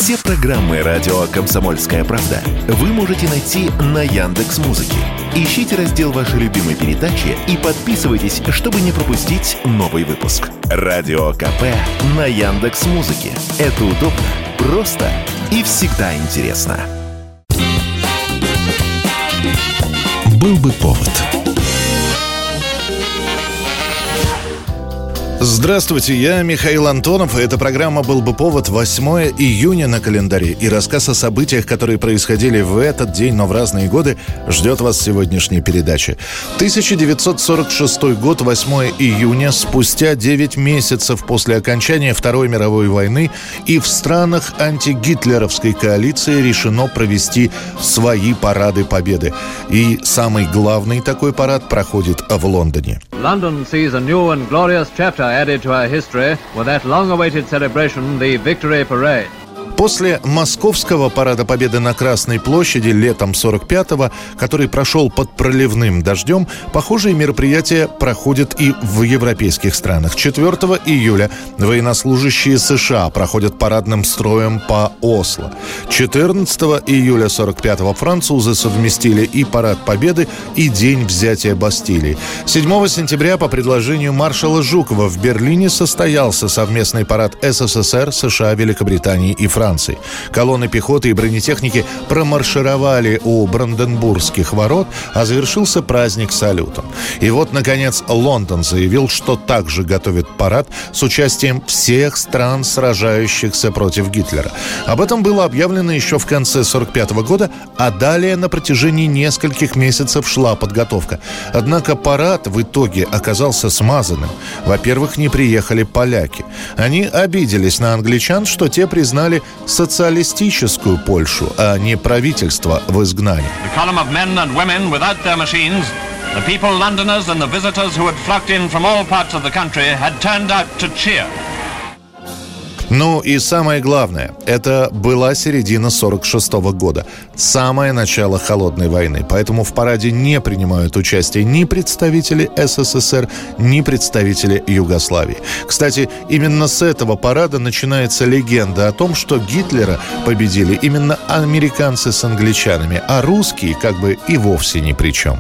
Все программы радио «Комсомольская правда» вы можете найти на Яндекс.Музыке. Ищите раздел вашей любимой передачи и подписывайтесь, чтобы не пропустить новый выпуск. Радио КП на Яндекс.Музыке. Это удобно, просто и всегда интересно. Был бы повод. Здравствуйте, я Михаил Антонов, и эта программа «Был бы повод», 8 июня на календаре. И рассказ о событиях, которые происходили в этот день, но в разные годы, ждет вас в сегодняшней передаче. 1946 год, 8 июня, спустя 9 месяцев после окончания Второй мировой войны, и в странах антигитлеровской коалиции решено провести свои парады победы. И самый главный такой парад проходит в Лондоне. London sees a new and glorious chapter added to our history with that long-awaited celebration, the Victory Parade. После Московского парада Победы на Красной площади летом 45-го, который прошел под проливным дождем, похожие мероприятия проходят и в европейских странах. 4 июля военнослужащие США проходят парадным строем по Осло. 14 июля 45-го французы совместили и парад Победы, и день взятия Бастилии. 7 сентября по предложению маршала Жукова в Берлине состоялся совместный парад СССР, США, Великобритании и Франции. Колонны пехоты и бронетехники промаршировали у Бранденбургских ворот, а завершился праздник салютом. И вот, наконец, Лондон заявил, что также готовит парад с участием всех стран, сражающихся против Гитлера. Об этом было объявлено еще в конце 1945 года, а далее на протяжении нескольких месяцев шла подготовка. Однако парад в итоге оказался смазанным. Во-первых, не приехали поляки. Они обиделись на англичан, что те признали социалистическую Польшу, а не правительство в изгнании. The people, Londoners and the visitors who had flocked in from all parts of the country had turned out to cheer. Ну и самое главное, это была середина 1946 года, самое начало Холодной войны. Поэтому в параде не принимают участие ни представители СССР, ни представители Югославии. Кстати, именно с этого парада начинается легенда о том, что Гитлера победили именно американцы с англичанами, а русские как бы и вовсе ни при чем.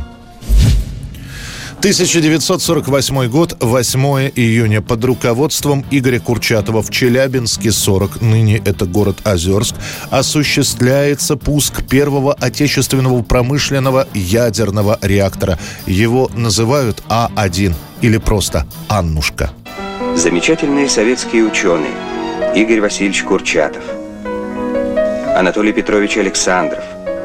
1948 год, 8 июня. Под руководством Игоря Курчатова в Челябинске 40, ныне это город Озерск, осуществляется пуск первого отечественного промышленного ядерного реактора. Его называют А-1 или просто Аннушка. Замечательные советские ученые Игорь Васильевич Курчатов, Анатолий Петрович Александров,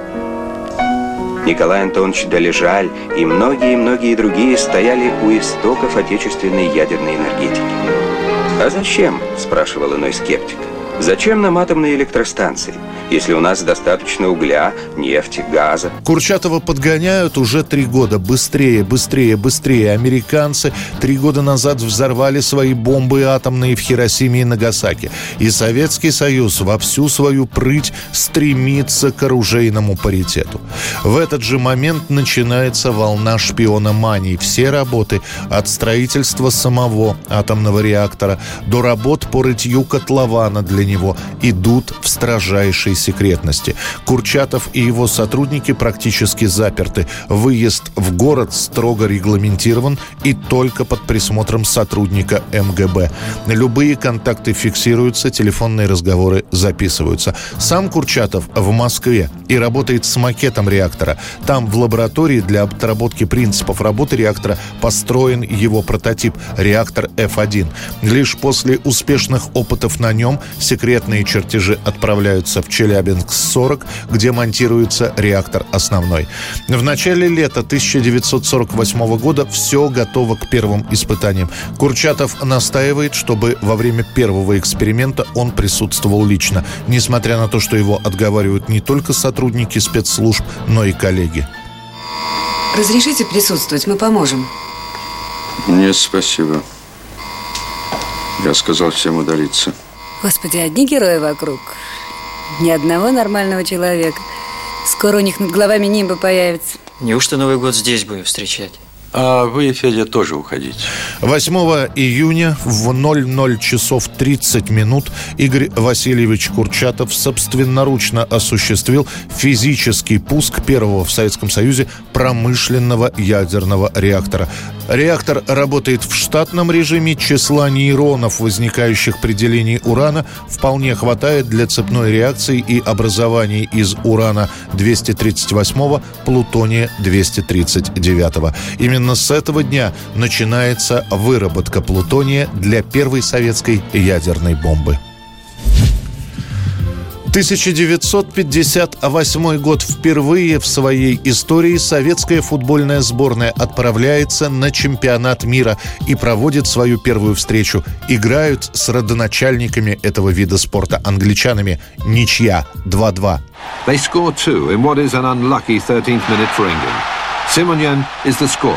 Николай Антонович Долежаль и многие другие стояли у истоков отечественной ядерной энергетики. «А зачем?» – спрашивал иной скептик. «Зачем нам атомные электростанции, если у нас достаточно угля, нефти, газа?» Курчатова подгоняют уже 3 года. Быстрее. Американцы 3 года назад взорвали свои бомбы атомные в Хиросиме и Нагасаки. И Советский Союз во всю свою прыть стремится к оружейному паритету. В этот же момент начинается волна шпиономании. Все работы от строительства самого атомного реактора до работ по рытью котлована для него идут в строжайшей секретности. Курчатов и его сотрудники практически заперты. Выезд в город строго регламентирован и только под присмотром сотрудника МГБ. Любые контакты фиксируются, телефонные разговоры записываются. Сам Курчатов в Москве и работает с макетом реактора. Там в лаборатории для отработки принципов работы реактора построен его прототип – реактор F1. Лишь после успешных опытов на нем секретные чертежи отправляются в Челябинск-40, где монтируется реактор основной. В начале лета 1948 года все готово к первым испытаниям. Курчатов настаивает, чтобы во время первого эксперимента он присутствовал лично, несмотря на то, что его отговаривают не только сотрудники спецслужб, но и коллеги. Разрешите присутствовать, мы поможем. Нет, спасибо. Я сказал всем удалиться. Господи, одни герои вокруг. Ни одного нормального человека. Скоро у них над головами нимбы появится. Неужто Новый год здесь будем встречать? А вы, Федя, тоже уходите. 8 июня в 00 часов 30 минут Игорь Васильевич Курчатов собственноручно осуществил физический пуск первого в Советском Союзе промышленного ядерного реактора. Реактор работает в штатном режиме. Числа нейронов, возникающих при делении урана, вполне хватает для цепной реакции и образования из урана-238 плутония-239. Именно с этого дня начинается выработка плутония для первой советской ядерной бомбы. 1958 год. Впервые в своей истории советская футбольная сборная отправляется на чемпионат мира и проводит свою первую встречу. Играют с родоначальниками этого вида спорта, англичанами. Ничья 2-2. They score two in what is an unlucky 13th minute for England. Simonyan is the scorer.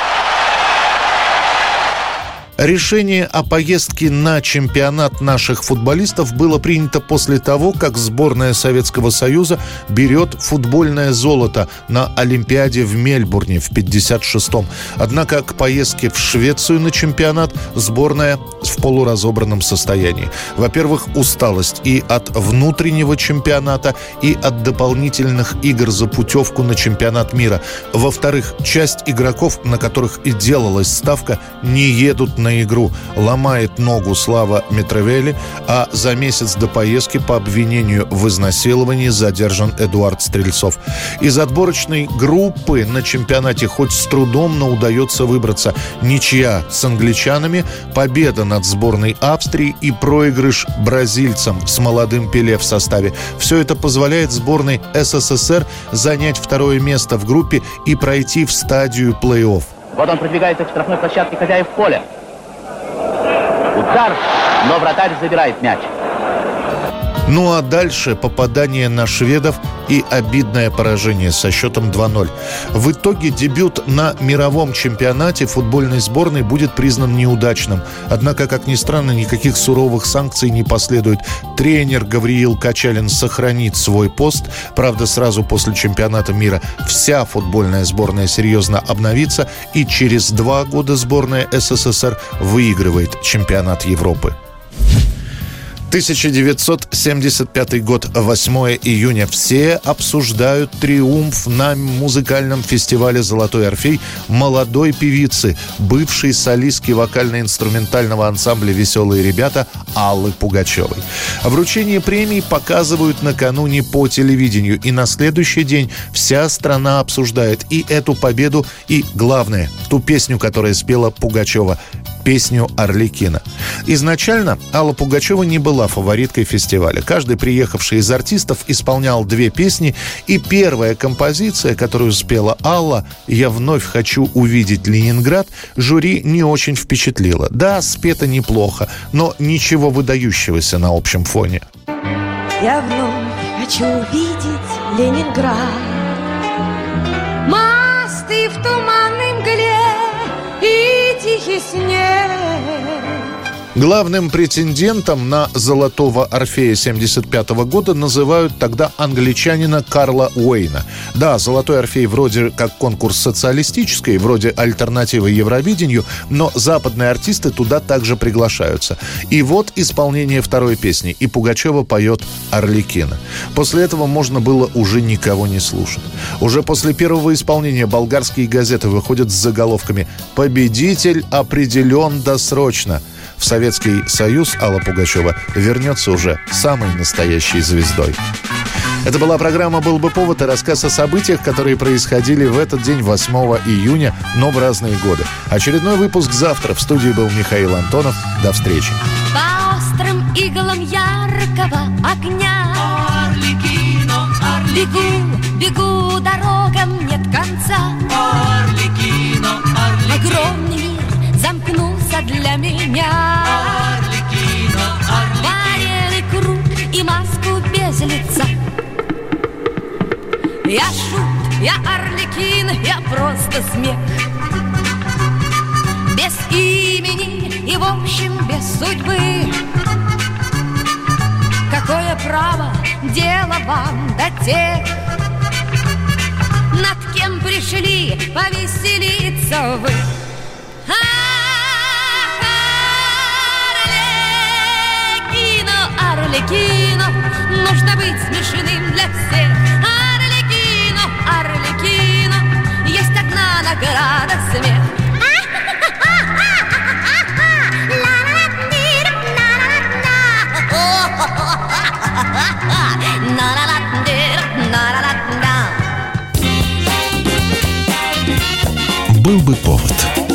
Решение о поездке на чемпионат наших футболистов было принято после того, как сборная Советского Союза берет футбольное золото на Олимпиаде в Мельбурне в 1956-м. Однако к поездке в Швецию на чемпионат сборная в полуразобранном состоянии. Во-первых, усталость и от внутреннего чемпионата, и от дополнительных игр за путевку на чемпионат мира. Во-вторых, часть игроков, на которых и делалась ставка, не едут на игру. Ломает ногу Слава Митревели, а за месяц до поездки по обвинению в изнасиловании задержан Эдуард Стрельцов. Из отборочной группы на чемпионате хоть с трудом, но удается выбраться. Ничья с англичанами, победа над сборной Австрии и проигрыш бразильцам с молодым Пеле в составе. Все это позволяет сборной СССР занять второе место в группе и пройти в стадию плей-офф. Вот он продвигается к штрафной площадке хозяев поля. Удар, но вратарь забирает мяч. Ну а дальше попадание на шведов и обидное поражение со счетом 2-0. В итоге дебют на мировом чемпионате футбольной сборной будет признан неудачным. Однако, как ни странно, никаких суровых санкций не последует. Тренер Гавриил Качалин сохранит свой пост. Правда, сразу после чемпионата мира вся футбольная сборная серьезно обновится, и через 2 года сборная СССР выигрывает чемпионат Европы. 1975 год, 8 июня. Все обсуждают триумф на музыкальном фестивале «Золотой Орфей» молодой певицы, бывшей солистки вокально-инструментального ансамбля «Веселые ребята» Аллы Пугачевой. Вручение премий показывают накануне по телевидению, и на следующий день вся страна обсуждает и эту победу, и, главное, ту песню, которую спела Пугачева, песню «Арлекино». Изначально Алла Пугачева не была фавориткой фестиваля. Каждый приехавший из артистов исполнял 2 песни, и первая композиция, которую спела Алла, «Я вновь хочу увидеть Ленинград», жюри не очень впечатлила. Да, спето неплохо, но ничего выдающегося на общем фоне. Я вновь хочу увидеть Ленинград, мосты в туманной мгле и тихий снег. Главным претендентом на «Золотого Орфея» 1975 года называют тогда англичанина Карла Уэйна. Да, «Золотой Орфей» вроде как конкурс социалистический, вроде альтернативы Евровидению, но западные артисты туда также приглашаются. И вот исполнение второй песни, и Пугачева поет «Арлекино». После этого можно было уже никого не слушать. Уже после первого исполнения болгарские газеты выходят с заголовками «Победитель определен досрочно». В Советский Союз Алла Пугачева вернется уже самой настоящей звездой. Это была программа «Был бы повод» и рассказ о событиях, которые происходили в этот день, 8 июня, но в разные годы. Очередной выпуск завтра. В студии был Михаил Антонов. До встречи. По острым иглам яркого огня Арлекино, Арлекино. Бегу, дорогам нет конца. Арлекино, Арлекино. Огромный мир замкнулся для меня. Арлекино, Арлекино. Парелый круг и маску без лица. Я шут, я Арлекин, я просто смех. Без имени и, в общем, без судьбы. Какое право дело вам до тех? над кем пришли повеселиться вы? Арлекино, нужно быть смешным для всех. Арлекино, Арлекино, есть одна награда — смех. Был бы повод.